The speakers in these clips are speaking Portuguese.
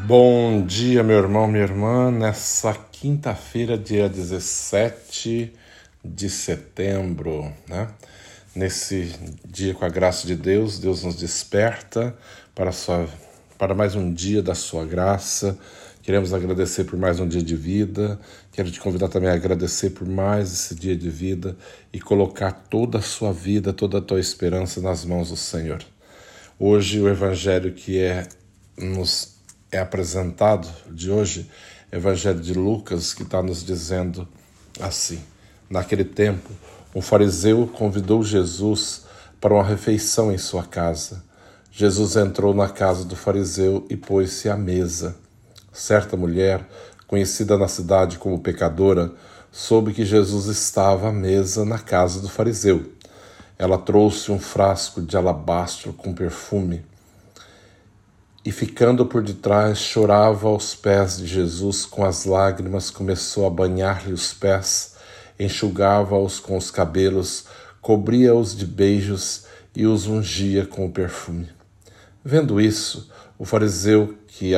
Bom dia, meu irmão, minha irmã. Nessa quinta-feira, dia 17 de setembro, né? Nesse dia, com a graça de Deus, Deus nos desperta para mais um dia da sua graça. Queremos agradecer por mais um dia de vida. Quero te convidar também a agradecer por mais esse dia de vida e colocar toda a sua vida, toda a tua esperança nas mãos do Senhor. Hoje, o evangelho que nos é apresentado de hoje, Evangelho de Lucas, que está nos dizendo assim: naquele tempo, um fariseu convidou Jesus para uma refeição em sua casa. Jesus entrou na casa do fariseu e pôs-se à mesa. Certa mulher, conhecida na cidade como pecadora, soube que Jesus estava à mesa na casa do fariseu. Ela trouxe um frasco de alabastro com perfume e, ficando por detrás, chorava aos pés de Jesus com as lágrimas, começou a banhar-lhe os pés, enxugava-os com os cabelos, cobria-os de beijos e os ungia com o perfume. Vendo isso, o fariseu que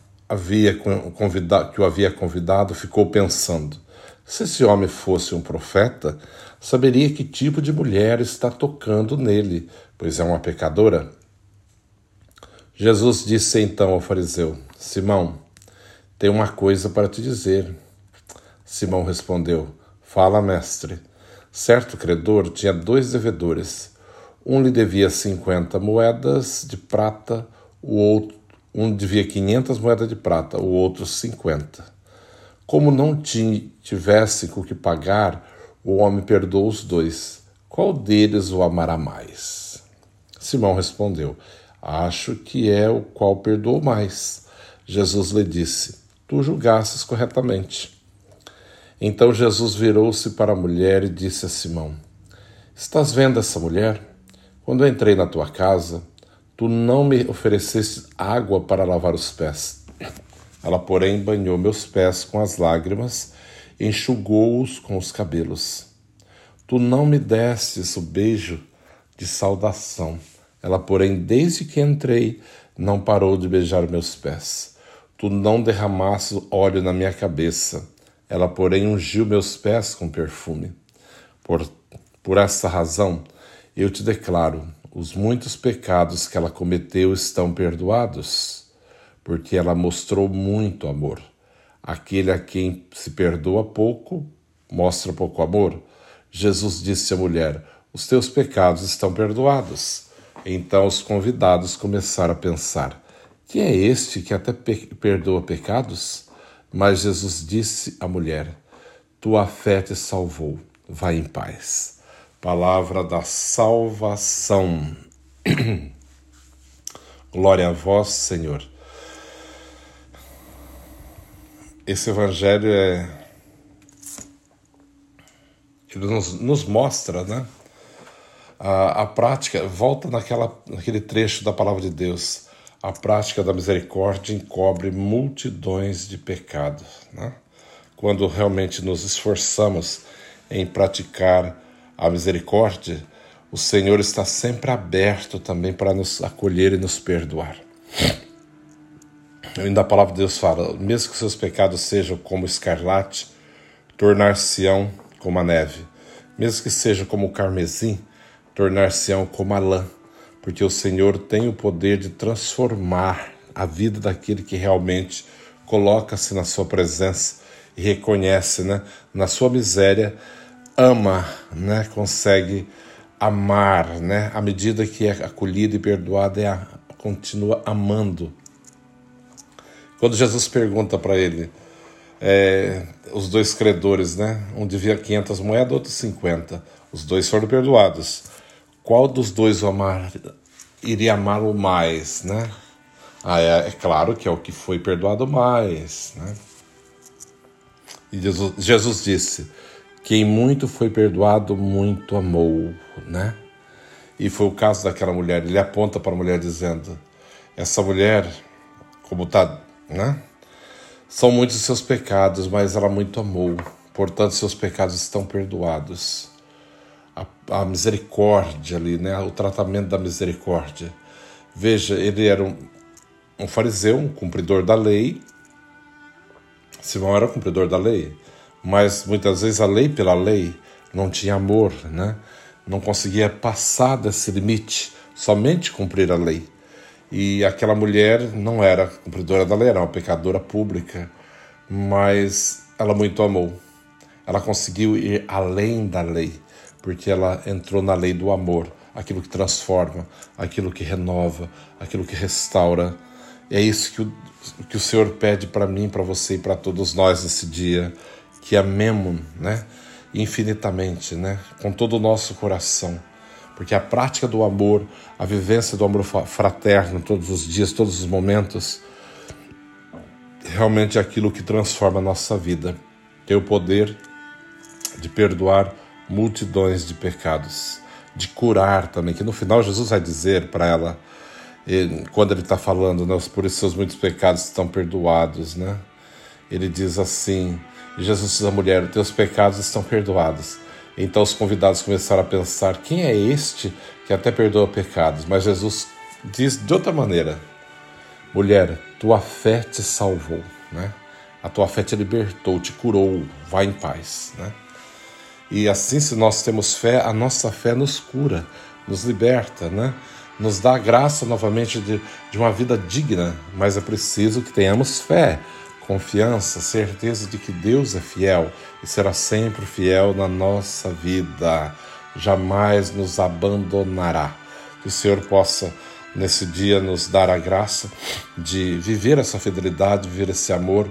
o havia convidado ficou pensando: se esse homem fosse um profeta, saberia que tipo de mulher está tocando nele, pois é uma pecadora. Jesus disse então ao fariseu: Simão, tenho uma coisa para te dizer. Simão respondeu: Fala, mestre. Certo credor tinha 2 devedores. Um lhe devia 50 moedas de prata, um devia 500 moedas de prata, o outro 50. Como não tivesse com o que pagar, o homem perdoou os 2. Qual deles o amará mais? Simão respondeu: Acho que é o qual perdoou mais. Jesus lhe disse: Tu julgastes corretamente. Então Jesus virou-se para a mulher e disse a Simão: Estás vendo essa mulher? Quando eu entrei na tua casa, tu não me ofereceste água para lavar os pés. Ela, porém, banhou meus pés com as lágrimas e enxugou-os com os cabelos. Tu não me destes o beijo de saudação. Ela, porém, desde que entrei, não parou de beijar meus pés. Tu não derramaste óleo na minha cabeça. Ela, porém, ungiu meus pés com perfume. Por essa razão, eu te declaro, os muitos pecados que ela cometeu estão perdoados, porque ela mostrou muito amor. Aquele a quem se perdoa pouco, mostra pouco amor. Jesus disse à mulher: Os teus pecados estão perdoados. Então os convidados começaram a pensar: quem é este que até perdoa pecados? Mas Jesus disse à mulher: Tua fé te salvou, vai em paz. Palavra da salvação. Glória a vós, Senhor. Esse evangelho ele nos mostra, né? A prática, volta naquele trecho da palavra de Deus: a prática da misericórdia encobre multidões de pecados, né? Quando realmente nos esforçamos em praticar a misericórdia, o Senhor está sempre aberto também para nos acolher e nos perdoar. Ainda a palavra de Deus fala: mesmo que seus pecados sejam como escarlate, tornar-se-ão como a neve. Mesmo que sejam como o carmesim, tornar-se-ão como a lã, porque o Senhor tem o poder de transformar a vida daquele que realmente coloca-se na sua presença e reconhece, né, na sua miséria, ama, né, consegue amar, né, à medida que é acolhido e perdoado, continua amando. Quando Jesus pergunta para ele, os 2 credores, né, um devia 500 moedas, outro 50, os 2 foram perdoados. Qual dos 2 iria amá-lo mais, né? É claro que é o que foi perdoado mais, né? E Jesus disse: quem muito foi perdoado, muito amou, né? E foi o caso daquela mulher. Ele aponta para a mulher dizendo: essa mulher, como está, né? São muitos os seus pecados, mas ela muito amou. Portanto, seus pecados estão perdoados. A misericórdia ali, né? O tratamento da misericórdia. Veja, ele era um fariseu, um cumpridor da lei. Simão era cumpridor da lei, mas muitas vezes a lei pela lei não tinha amor, né? Não conseguia passar desse limite, somente cumprir a lei. E aquela mulher não era cumpridora da lei, era uma pecadora pública, mas ela muito amou. Ela conseguiu ir além da lei, porque ela entrou na lei do amor, aquilo que transforma, aquilo que renova, aquilo que restaura. É isso que o Senhor pede para mim, para você e para todos nós nesse dia, que amemos, né, infinitamente, né, com todo o nosso coração, porque a prática do amor, a vivência do amor fraterno todos os dias, todos os momentos, realmente é aquilo que transforma a nossa vida. Tem o poder de perdoar multidões de pecados, de curar também, que no final Jesus vai dizer para ela, quando ele está falando, né, por isso seus muitos pecados estão perdoados, né? Ele diz assim, Jesus diz à mulher, teus pecados estão perdoados. Então os convidados começaram a pensar, quem é este que até perdoa pecados? Mas Jesus diz de outra maneira, mulher, tua fé te salvou, né? A tua fé te libertou, te curou, vai em paz, né? E assim, se nós temos fé, a nossa fé nos cura, nos liberta, né? Nos dá a graça novamente de uma vida digna, mas é preciso que tenhamos fé, confiança, certeza de que Deus é fiel e será sempre fiel na nossa vida, jamais nos abandonará. Que o Senhor possa, nesse dia, nos dar a graça de viver essa fidelidade, viver esse amor,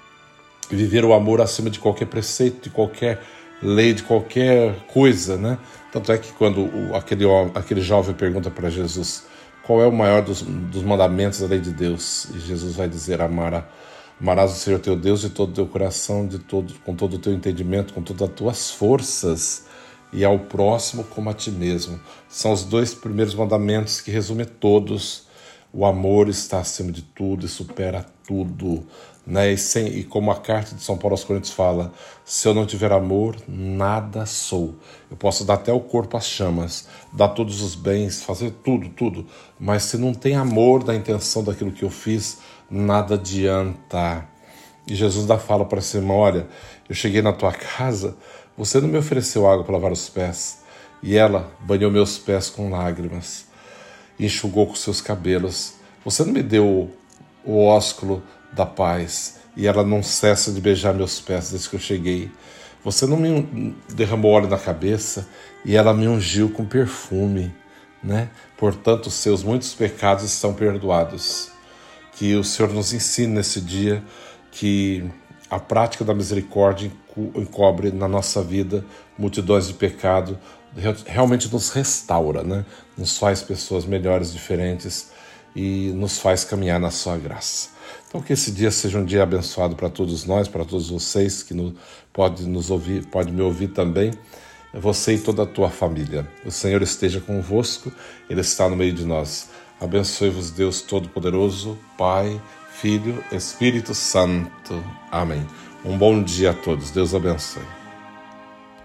viver o amor acima de qualquer preceito, de qualquer lei, de qualquer coisa, né? Tanto é que quando aquele jovem pergunta para Jesus qual é o maior dos mandamentos da lei de Deus, e Jesus vai dizer, amarás o Senhor teu Deus de todo o teu coração, com todo o teu entendimento, com todas as tuas forças, e ao próximo como a ti mesmo. São os 2 primeiros mandamentos que resumem todos. O amor está acima de tudo e supera tudo, né? E como a carta de São Paulo aos Coríntios fala, se eu não tiver amor, nada sou. Eu posso dar até o corpo às chamas, dar todos os bens, fazer tudo, mas se não tem amor da intenção daquilo que eu fiz, nada adianta. E Jesus fala para Simão, olha, eu cheguei na tua casa, você não me ofereceu água para lavar os pés, e ela banhou meus pés com lágrimas, enxugou com seus cabelos. Você não me deu o ósculo da paz, e ela não cessa de beijar meus pés desde que eu cheguei. Você não me derramou óleo na cabeça, e ela me ungiu com perfume, né? Portanto, seus muitos pecados estão perdoados. Que o Senhor nos ensine nesse dia que a prática da misericórdia encobre na nossa vida multidões de pecado, realmente nos restaura, né? Nos faz pessoas melhores, diferentes, e nos faz caminhar na sua graça. Então que esse dia seja um dia abençoado para todos nós, para todos vocês que pode nos ouvir, pode me ouvir também, você e toda a tua família. O Senhor esteja convosco, Ele está no meio de nós. Abençoe-vos Deus Todo-Poderoso, Pai, Filho, Espírito Santo. Amém. Um bom dia a todos. Deus abençoe.